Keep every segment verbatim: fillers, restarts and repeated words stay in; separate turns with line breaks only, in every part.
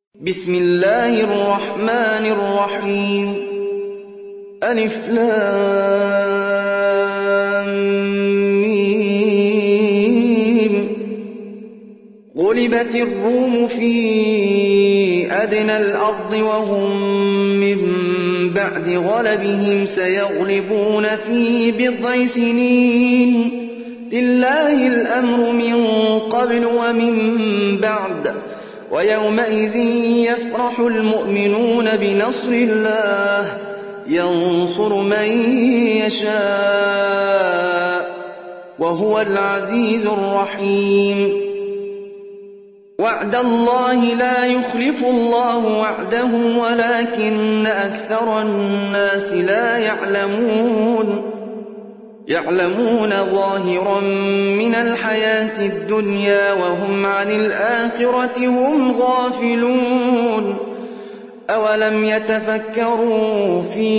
بسم الله الرحمن الرحيم ألف لام ميم غلبت الروم في أدنى الأرض وهم من بعد غلبهم سيغلبون في بضع سنين لله الأمر من قبل ومن بعد ويومئذ يفرح المؤمنون بنصر الله ينصر من يشاء وهو العزيز الرحيم وعد الله لا يخلف الله وعده ولكن أكثر الناس لا يعلمون يعلمون ظاهرا من الحياة الدنيا وهم عن الآخرة هم غافلون أولم يتفكروا في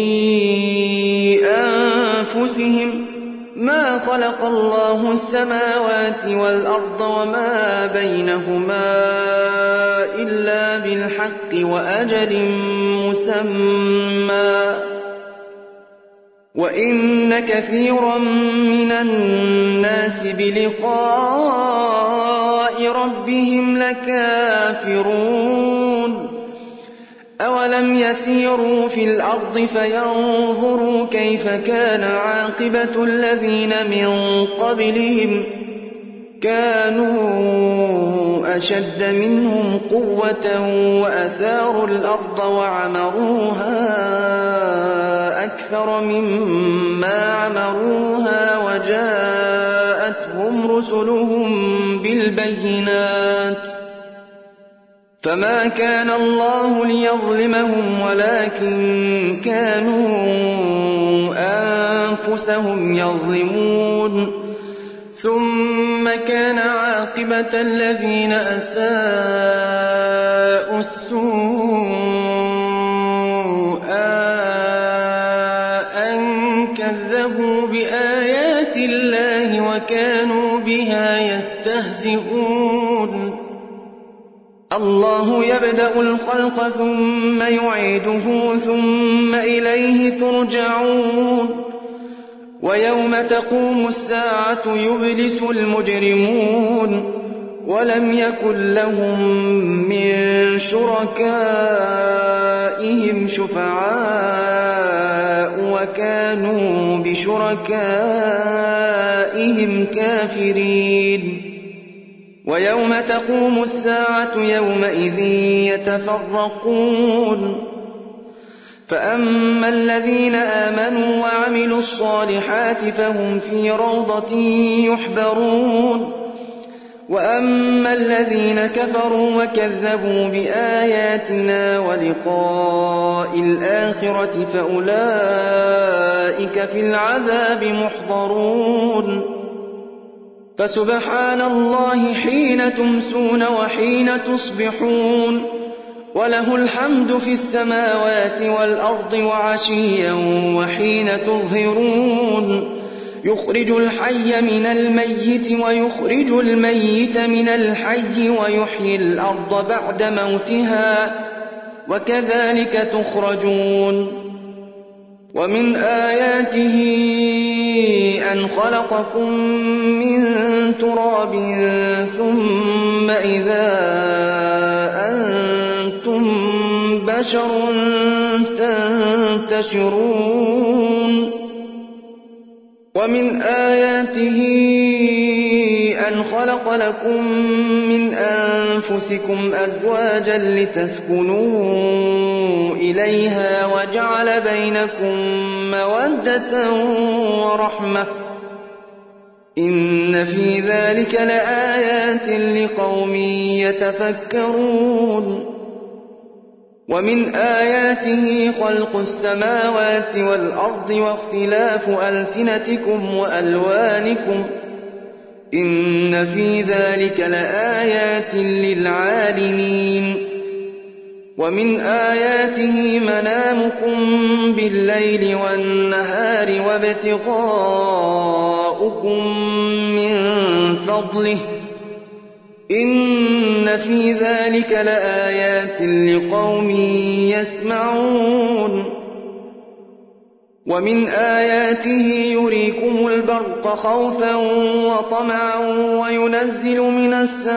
أنفسهم ما خلق الله السماوات والأرض وما بينهما إلا بالحق وأجل مسمى وإن كثيرا من الناس بلقاء ربهم لكافرون أولم يسيروا في الأرض فينظروا كيف كان عاقبة الذين من قبلهم كانوا أشد منهم قوة وأثاروا الأرض وعمروها أكثر مما عمروها وجاءتهم رسلهم بالبينات فما كان الله ليظلمهم ولكن كانوا أنفسهم يظلمون ثم كان عاقبة الذين أساءوا السوء أن كذبوا بآيات الله وكانوا بها يستهزئون الله يبدأ الخلق ثم يعيده ثم إليه ترجعون ويوم تقوم الساعة يبلس المجرمون ولم يكن لهم من شركائهم شفعاء وكانوا بشركائهم كافرين ويوم تقوم الساعة يومئذ يتفرقون فأما الذين آمنوا وعملوا الصالحات فهم في روضة يحبرون وأما الذين كفروا وكذبوا بآياتنا ولقاء الآخرة فأولئك في العذاب محضرون فسبحان الله حين تمسون وحين تصبحون وله الحمد في السماوات والأرض وعشيا وحين تظهرون يخرج الحي من الميت ويخرج الميت من الحي ويحيي الأرض بعد موتها وكذلك تخرجون ومن آياته أن خلقكم من تراب ثم إذا أنتم بشر تنتشرون ومن آياته أن خلق لكم من أنفسكم أزواجا لتسكنوا إليها وجعل بينكم مودة ورحمة إن في ذلك لآيات لقوم يتفكرون ومن آياته خلق السماوات والأرض واختلاف ألسنتكم وألوانكم إن في ذلك لآيات للعالمين ومن آياته منامكم بالليل والنهار وابتغاؤكم من فضله إن في ذلك لآيات لقوم يسمعون ومن آياته يريكم البرق خوفا وطمعا وينزل من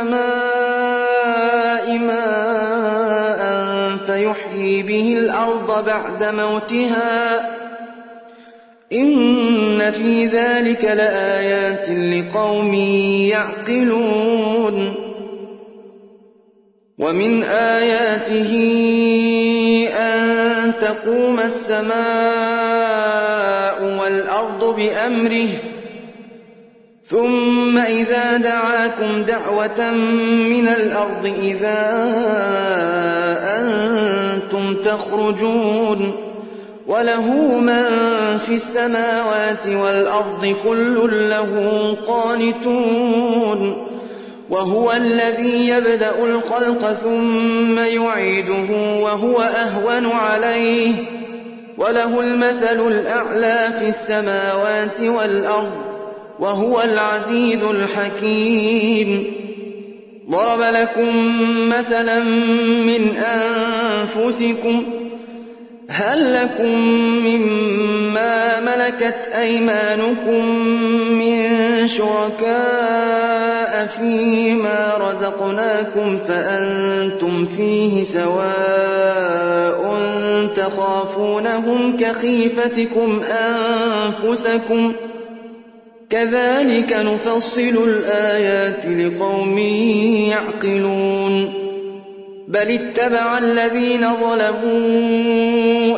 السماء ماء فيحيي به الأرض بعد موتها إن في ذلك لآيات لقوم يعقلون ومن آياته أن تقوم السماء والأرض بأمره ثم إذا دعاكم دعوة من الأرض إذا أنتم تخرجون وله من في السماوات والأرض كل له قانتون وهو الذي يبدأ الخلق ثم يعيده وهو أهون عليه وله المثل الأعلى في السماوات والأرض وهو العزيز الحكيم ضرب لكم مثلا من أنفسكم هل لكم مما ملكت أيمانكم من شركاء فيما رزقناكم فأنتم فيه سواء تخافونهم كخيفتكم أنفسكم كذلك نفصل الآيات لقوم يعقلون بل اتبع الذين ظلموا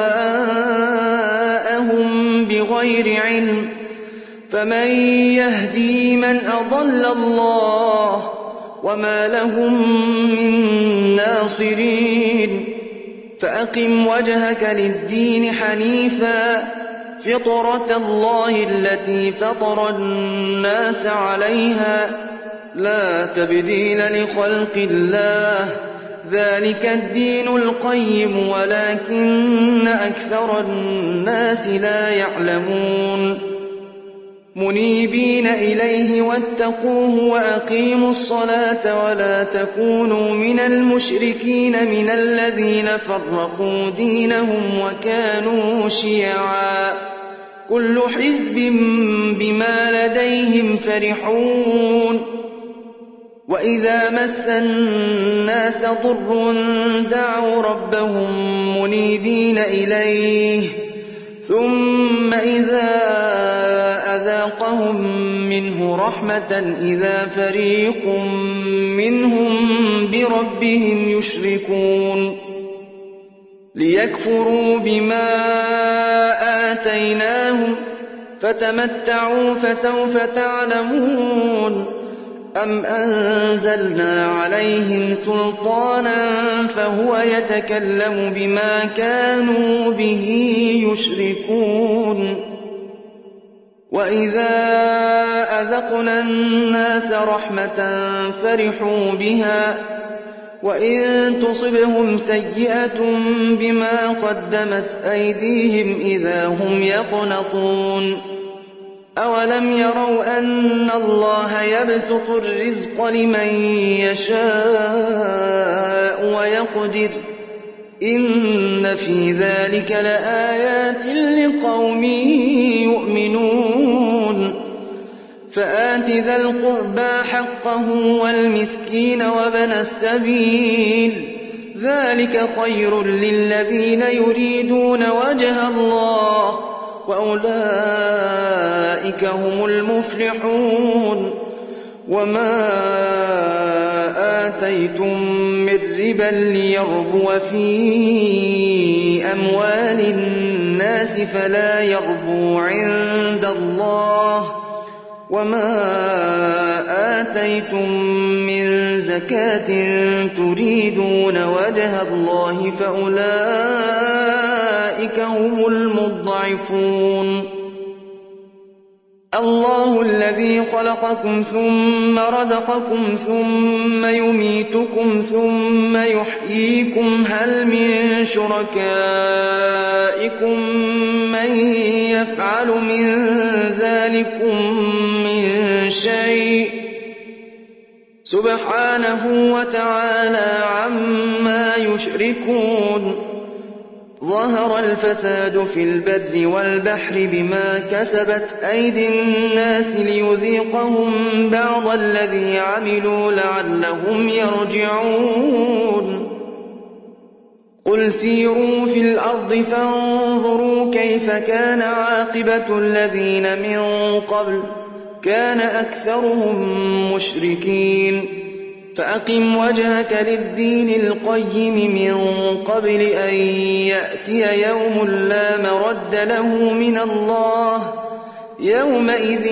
أهواءهم بغير علم فمن يهدي من أضل الله وما لهم من ناصرين فأقم وجهك للدين حنيفا فطرة الله التي فطر الناس عليها لا تبديل لخلق الله ذلك الدين القيم ولكن أكثر الناس لا يعلمون منيبين إليه واتقوه وأقيموا الصلاة ولا تكونوا من المشركين من الذين فرقوا دينهم وكانوا شيعا كل حزب بما لديهم فرحون وإذا مس الناس ضر دعوا ربهم منيبين إليه ثم إذا أذاقهم منه رحمة إذا فريق منهم بربهم يشركون ليكفروا بما آتيناهم فتمتعوا فسوف تعلمون أم أنزلنا عليهم سلطانا فهو يتكلم بما كانوا به يشركون وإذا أذقنا الناس رحمة فرحوا بها وإن تصبهم سيئة بما قدمت أيديهم إذا هم يقنطون أولم يروا أن الله يبسط الرزق لمن يشاء ويقدر إن في ذلك لآيات لقوم يؤمنون فآت ذا القربى حقه والمسكين وابن السبيل ذلك خير للذين يريدون وجه الله وأولئك هم المفلحون وما آتيتم من ربا ليربو في أموال الناس فلا يربو عند الله وما آتيتم من زكاة تريدون وجه الله فأولئك هم المضعفون الله الذي خلقكم ثم رزقكم ثم يميتكم ثم يحييكم هل من شركائكم من يفعل من ذلكم من شيء سبحانه وتعالى عما يشركون ظهر الفساد في البر والبحر بما كسبت أيدي الناس ليذيقهم بعض الذي عملوا لعلهم يرجعون قل سيروا في الأرض فانظروا كيف كان عاقبة الذين من قبل كان أكثرهم مشركين فأقم وجهك للدين القيم من قبل أن يأتي يوم لا مرد له من الله يومئذ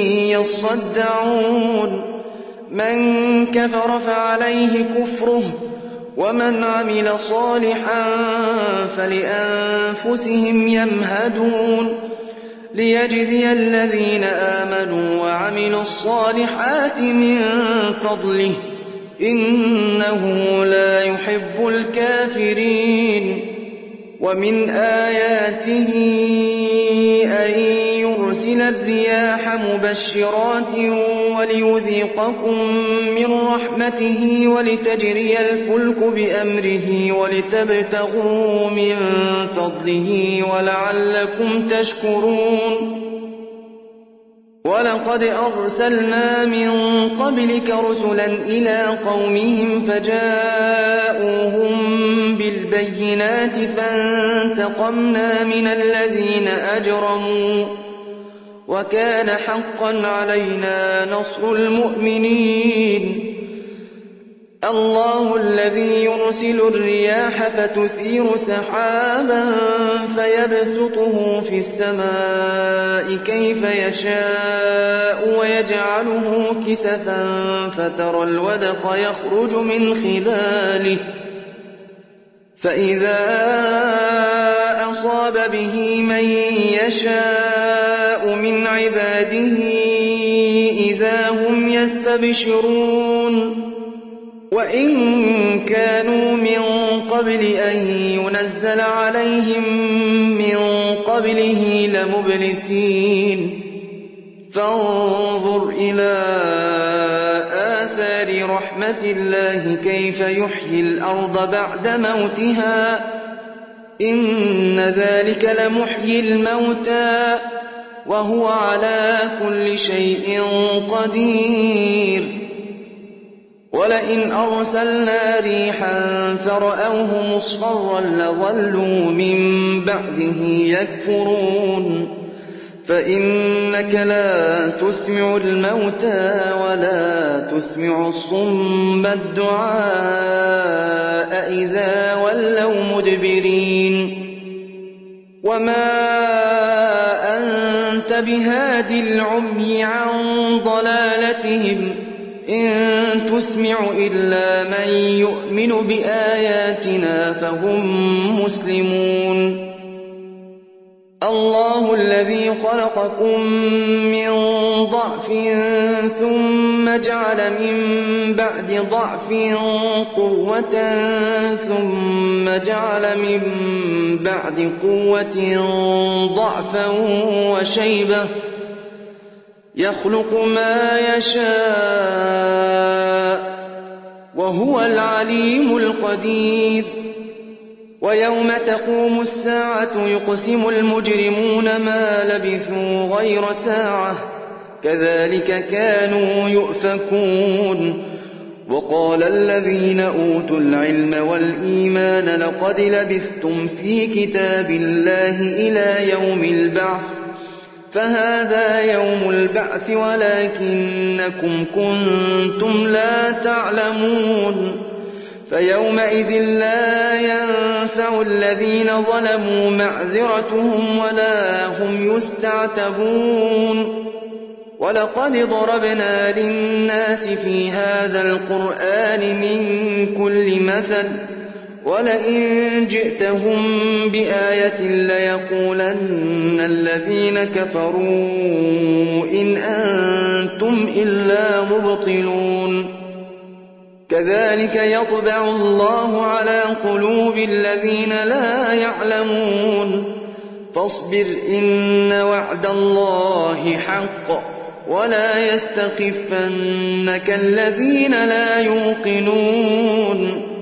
يصدعون من كفر فعليه كفره ومن عمل صالحا فلأنفسهم يمهدون ليجزي الذين آمنوا وعملوا الصالحات من فضله إنه لا يحب الكافرين ومن آياته أن يرسل الرياح مبشرات وليذيقكم من رحمته ولتجري الفلك بأمره ولتبتغوا من فضله ولعلكم تشكرون ولقد أرسلنا من قبلك رسلا إلى قومهم فجاءوهم بالبينات فانتقمنا من الذين أجرموا وكان حقا علينا نصر المؤمنين الله الذي يرسل الرياح فتثير سحابا فيبسطه في السماء كيف يشاء ويجعله كسفا فترى الودق يخرج من خلاله فإذا أصاب به من يشاء من عباده إذا هم يستبشرون وإن كانوا من قبل أن ينزل عليهم من قبله لمبلسين فانظر إلى آثار رحمة الله كيف يحيي الأرض بعد موتها إن ذلك لمحيي الموتى وهو على كل شيء قدير ولئن أرسلنا ريحا فرأوه مصفرا لظلوا من بعده يكفرون فإنك لا تسمع الموتى ولا تسمع الصم الدعاء إذا ولوا مدبرين وما أنت بهاد العمي عن ضلالتهم إن تسمع إلا من يؤمن بآياتنا فهم مسلمون الله الذي خلقكم من ضعف ثم جعل من بعد ضعف قوة ثم جعل من بعد قوة ضعفا وشيبة يخلق ما يشاء وهو العليم القدير ويوم تقوم الساعة يقسم المجرمون ما لبثوا غير ساعة كذلك كانوا يؤفكون وقال الذين أوتوا العلم والإيمان لقد لبثتم في كتاب الله إلى يوم البعث فهذا يوم البعث ولكنكم كنتم لا تعلمون فيومئذ لا ينفع الذين ظلموا معذرتهم ولا هم يستعتبون ولقد ضربنا للناس في هذا القرآن من كل مثل ولئن جئتهم بآية ليقولن الذين كفروا إن أنتم إلا مبطلون كذلك يطبع الله على قلوب الذين لا يعلمون فاصبر إن وعد الله حق ولا يستخفنك الذين لا يوقنون